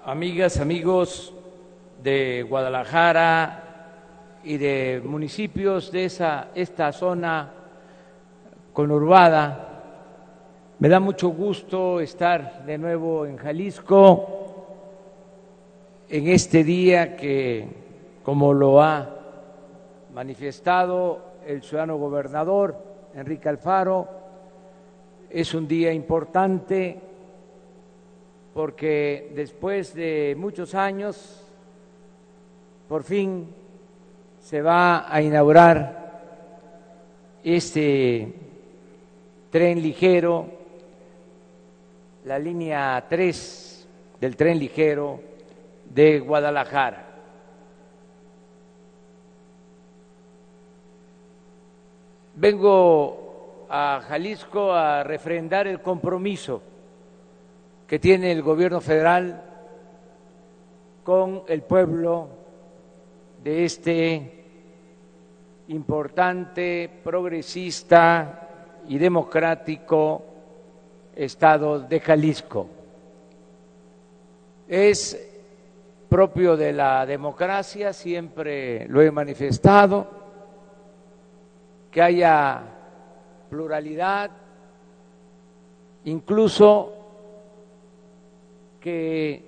amigas, amigos de Guadalajara y de municipios de esta zona conurbada. Me da mucho gusto estar de nuevo en Jalisco en este día que, como lo ha manifestado el ciudadano gobernador Enrique Alfaro, es un día importante porque después de muchos años, por fin se va a inaugurar este tren ligero, la línea 3 del tren ligero de Guadalajara. Vengo a Jalisco a refrendar el compromiso que tiene el gobierno federal con el pueblo de este importante, progresista y democrático estado de Jalisco. Es propio de la democracia, siempre lo he manifestado, que haya pluralidad, incluso que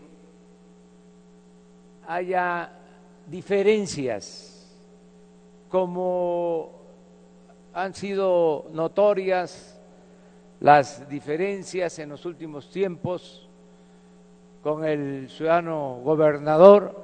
haya diferencias, como han sido notorias las diferencias en los últimos tiempos con el ciudadano gobernador,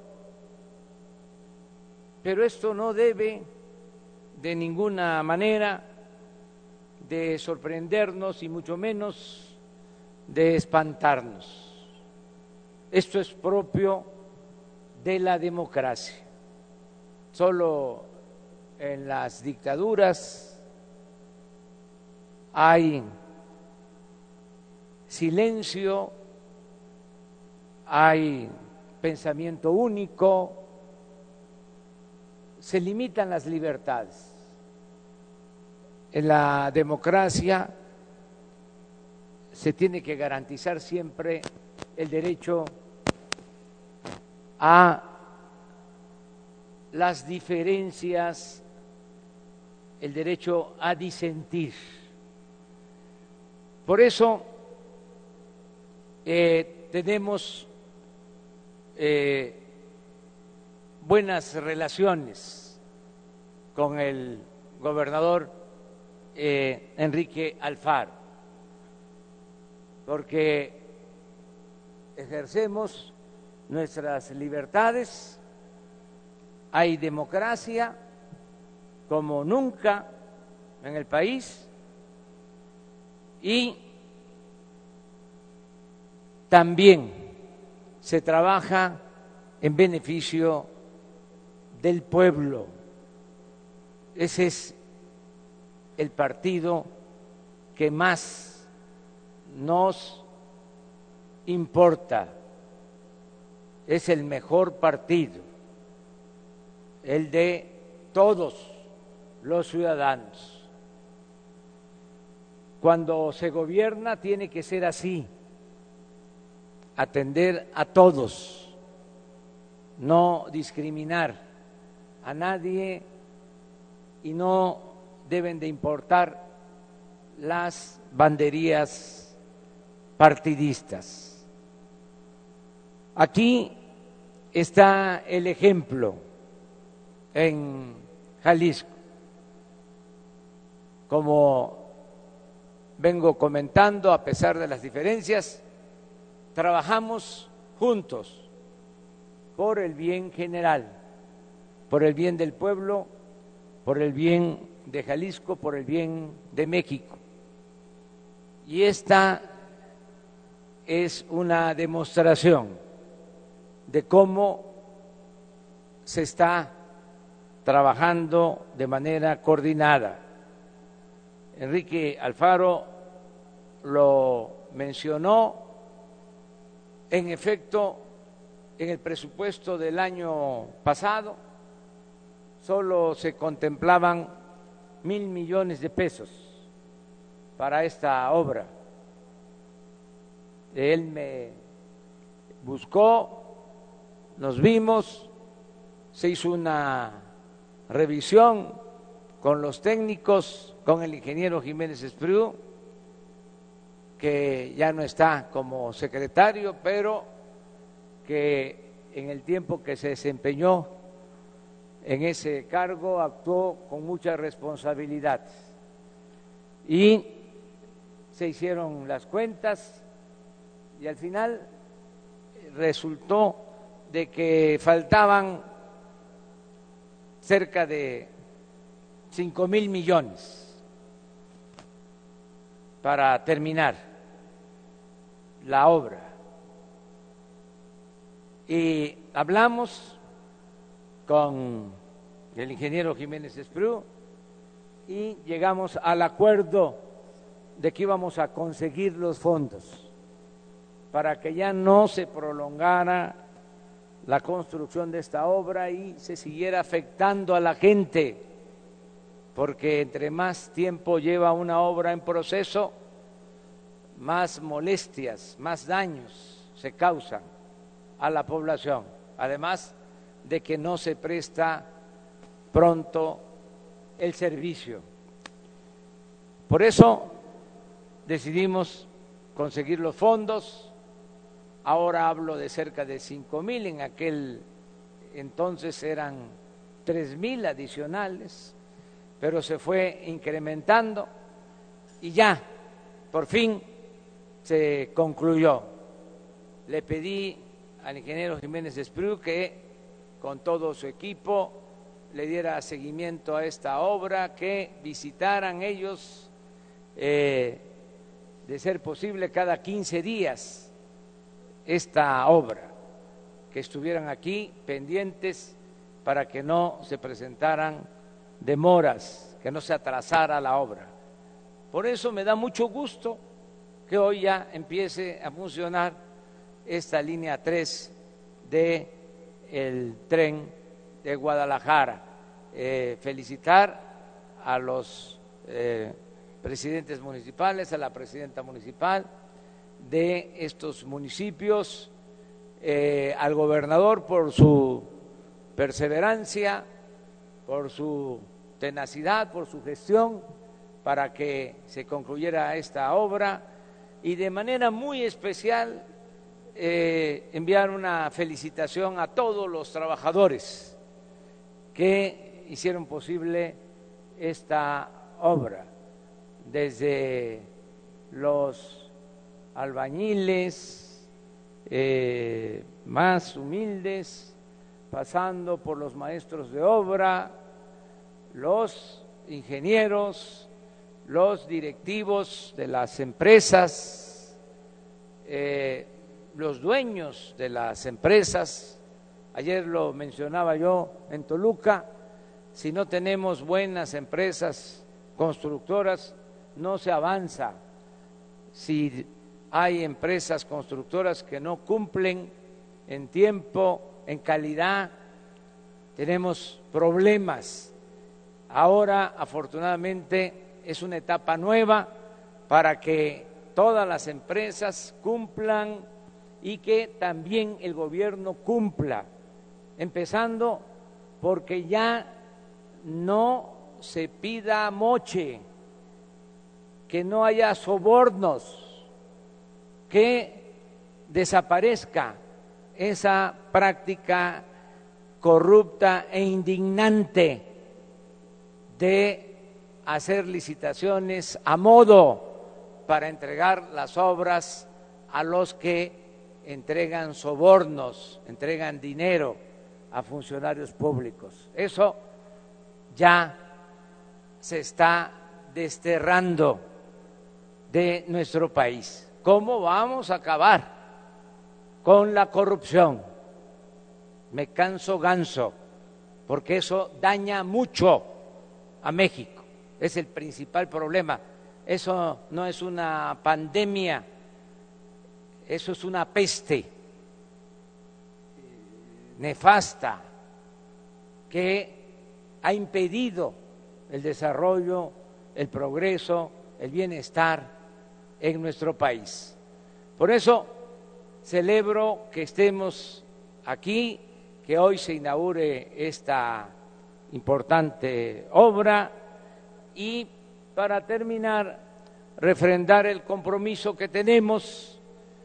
pero esto no debe de ninguna manera de sorprendernos y mucho menos de espantarnos. Esto es propio de la democracia. Solo en las dictaduras hay silencio, hay pensamiento único, se limitan las libertades. En la democracia se tiene que garantizar siempre el derecho a las diferencias, el derecho a disentir. Por eso tenemos buenas relaciones con el gobernador Enrique Alfaro, porque ejercemos nuestras libertades, hay democracia como nunca en el país y también se trabaja en beneficio del pueblo. Ese es el partido que más nos importa, es el mejor partido, el de todos los ciudadanos. Cuando se gobierna tiene que ser así, atender a todos, no discriminar a nadie y no deben de importar las banderías partidistas. Aquí está el ejemplo en Jalisco. Como vengo comentando, a pesar de las diferencias, trabajamos juntos por el bien general, por el bien del pueblo, por el bien de Jalisco, por el bien de México. Y esta es una demostración de cómo se está trabajando de manera coordinada. Enrique Alfaro lo mencionó, en efecto, en el presupuesto del año pasado solo se contemplaban 1,000 millones de pesos para esta obra. Él me buscó, nos vimos, se hizo una revisión con los técnicos, con el ingeniero Jiménez Espriu, que ya no está como secretario, pero que en el tiempo que se desempeñó en ese cargo actuó con mucha responsabilidad. Y se hicieron las cuentas y al final resultó de que faltaban cerca de 5,000 millones para terminar la obra. Y hablamos con el ingeniero Jiménez Espriu y llegamos al acuerdo de que íbamos a conseguir los fondos para que ya no se prolongara la construcción de esta obra y se siguiera afectando a la gente, porque entre más tiempo lleva una obra en proceso, más molestias, más daños se causan a la población, además de que no se presta pronto el servicio. Por eso decidimos conseguir los fondos. Ahora hablo de cerca de 5,000, en aquel entonces eran 3,000 adicionales, pero se fue incrementando y ya, por fin, se concluyó. Le pedí al ingeniero Jiménez Espriu que con todo su equipo le diera seguimiento a esta obra, que visitaran ellos, de ser posible, cada 15 días esta obra, que estuvieran aquí pendientes para que no se presentaran demoras, que no se atrasara la obra. Por eso me da mucho gusto que hoy ya empiece a funcionar esta línea 3 del tren de Guadalajara. Felicitar a los presidentes municipales, a la presidenta municipal de estos municipios, al gobernador por su perseverancia, por su tenacidad, por su gestión para que se concluyera esta obra, y de manera muy especial enviar una felicitación a todos los trabajadores que hicieron posible esta obra, desde los albañiles más humildes, pasando por los maestros de obra, los ingenieros, los directivos de las empresas, los dueños de las empresas. Ayer lo mencionaba yo en Toluca, si no tenemos buenas empresas constructoras, no se avanza. Si hay empresas constructoras que no cumplen en tiempo, en calidad, tenemos problemas. Ahora, afortunadamente, es una etapa nueva para que todas las empresas cumplan y que también el gobierno cumpla, empezando porque ya no se pida moche, que no haya sobornos, que desaparezca esa práctica corrupta e indignante de hacer licitaciones a modo para entregar las obras a los que entregan sobornos, entregan dinero a funcionarios públicos. Eso ya se está desterrando de nuestro país. ¿Cómo vamos a acabar con la corrupción? Me canso ganso, porque eso daña mucho a México. Es el principal problema. Eso no es una pandemia, eso es una peste nefasta que ha impedido el desarrollo, el progreso, el bienestar en nuestro país. Por eso celebro que estemos aquí, que hoy se inaugure esta importante obra y, para terminar, refrendar el compromiso que tenemos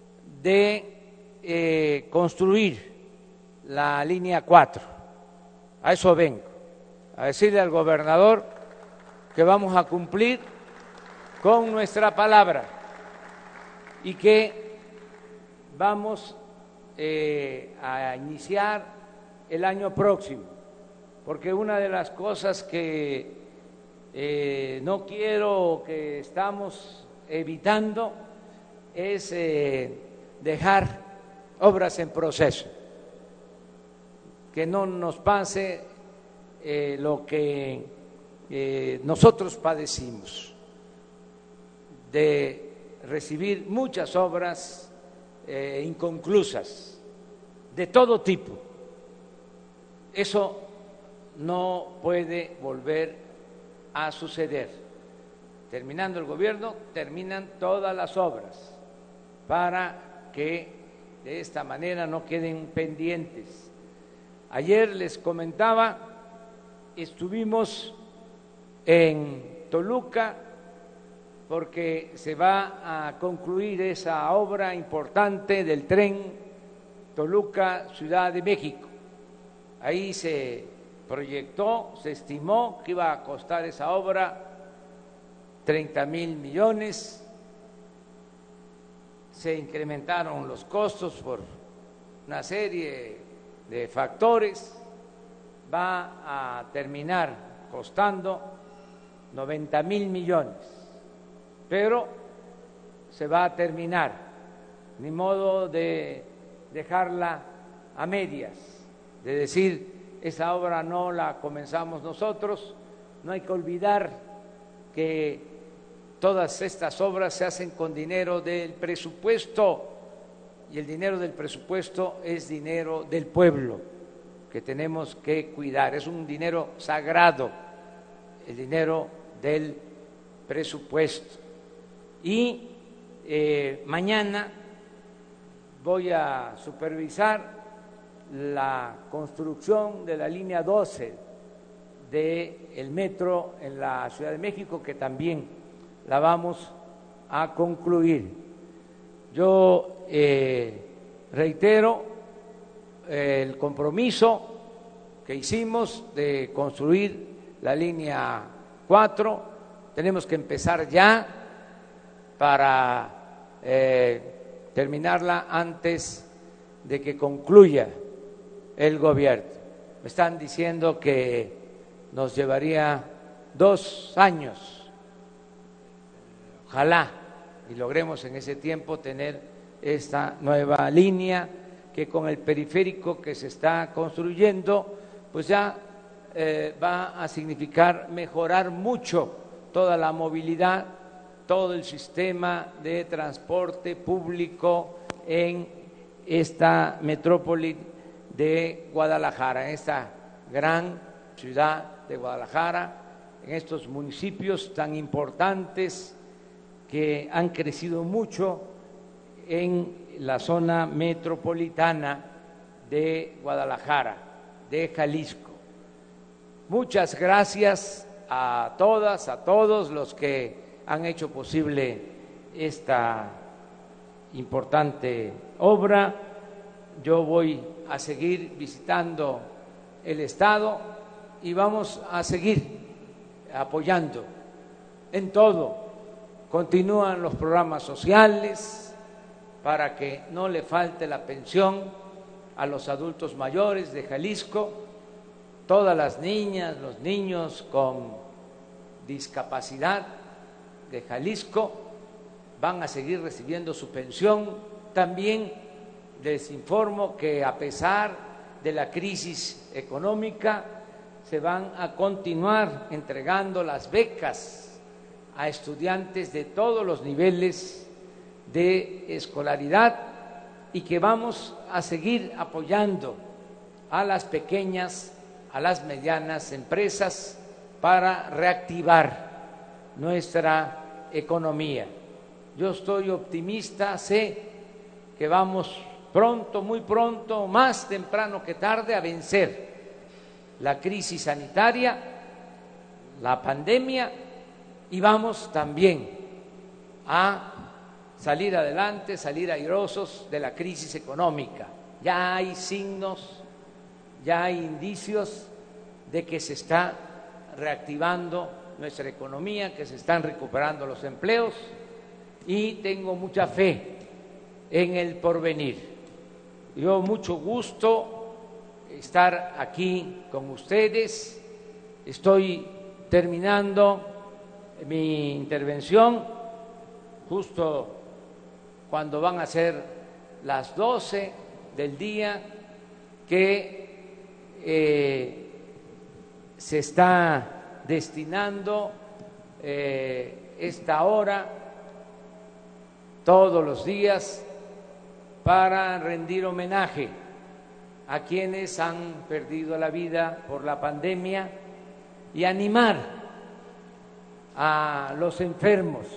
de construir la línea 4. A eso vengo, a decirle al gobernador que vamos a cumplir con nuestra palabra y que vamos a iniciar el año próximo, porque una de las cosas que no quiero, que estamos evitando, es dejar obras en proceso, que no nos pase lo que nosotros padecimos, de recibir muchas obras inconclusas de todo tipo. Eso no puede volver a suceder. Terminando el gobierno, terminan todas las obras para que de esta manera no queden pendientes. Ayer les comentaba, estuvimos en Toluca porque se va a concluir esa obra importante del tren Toluca-Ciudad de México. Ahí se proyectó, se estimó que iba a costar esa obra 30,000 millones, se incrementaron los costos por una serie de factores, va a terminar costando 90,000 millones. Pero se va a terminar, ni modo de dejarla a medias, de decir esa obra no la comenzamos nosotros. No hay que olvidar que todas estas obras se hacen con dinero del presupuesto y el dinero del presupuesto es dinero del pueblo que tenemos que cuidar, es un dinero sagrado, el dinero del presupuesto. Y mañana voy a supervisar la construcción de la línea 12 del metro en la Ciudad de México, que también la vamos a concluir. Yo reitero el compromiso que hicimos de construir la línea 4. Tenemos que empezar ya para terminarla antes de que concluya el gobierno. Me están diciendo que nos llevaría 2 años. Ojalá y logremos en ese tiempo tener esta nueva línea, que con el periférico que se está construyendo, pues ya va a significar mejorar mucho toda la movilidad, todo el sistema de transporte público en esta metrópoli de Guadalajara, en esta gran ciudad de Guadalajara, en estos municipios tan importantes que han crecido mucho en la zona metropolitana de Guadalajara, de Jalisco. Muchas gracias a todas, a todos los que han hecho posible esta importante obra. Yo voy a seguir visitando el Estado y vamos a seguir apoyando en todo. Continúan los programas sociales para que no le falte la pensión a los adultos mayores de Jalisco. Todas las niñas, los niños con discapacidad de Jalisco van a seguir recibiendo su pensión. También les informo que, a pesar de la crisis económica, se van a continuar entregando las becas a estudiantes de todos los niveles de escolaridad y que vamos a seguir apoyando a las pequeñas, a las medianas empresas para reactivar nuestra economía. Yo estoy optimista, sé que vamos pronto, muy pronto, más temprano que tarde, a vencer la crisis sanitaria, la pandemia, y vamos también a salir adelante, salir airosos de la crisis económica. Ya hay signos, ya hay indicios de que se está reactivando nuestra economía, que se están recuperando los empleos, y tengo mucha fe en el porvenir. Yo mucho gusto estar aquí con ustedes. Estoy terminando mi intervención justo cuando van a ser las 12 del día, que se está destinando esta hora todos los días para rendir homenaje a quienes han perdido la vida por la pandemia y animar a los enfermos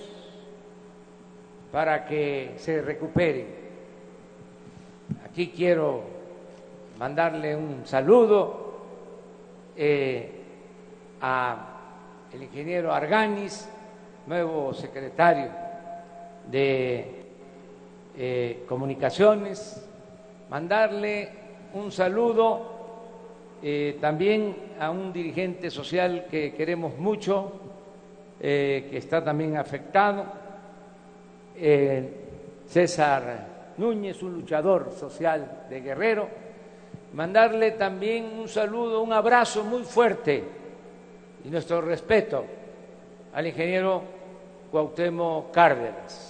para que se recuperen. Aquí quiero mandarle un saludo a el ingeniero Arganis, nuevo secretario de Comunicaciones, mandarle un saludo también a un dirigente social que queremos mucho, que está también afectado, César Núñez, un luchador social de Guerrero. Mandarle también un saludo, un abrazo muy fuerte y nuestro respeto al ingeniero Cuauhtémoc Cárdenas.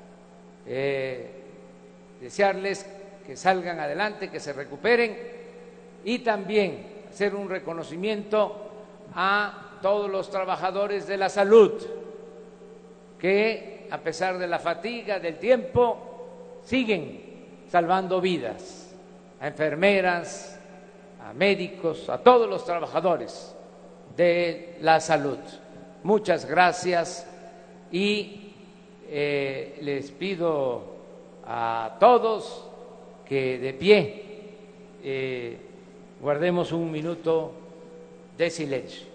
Desearles que salgan adelante, que se recuperen, y también hacer un reconocimiento a todos los trabajadores de la salud que, a pesar de la fatiga, del tiempo, siguen salvando vidas, a enfermeras, a médicos, a todos los trabajadores de la salud. Muchas gracias, y les pido a todos que de pie guardemos un minuto de silencio.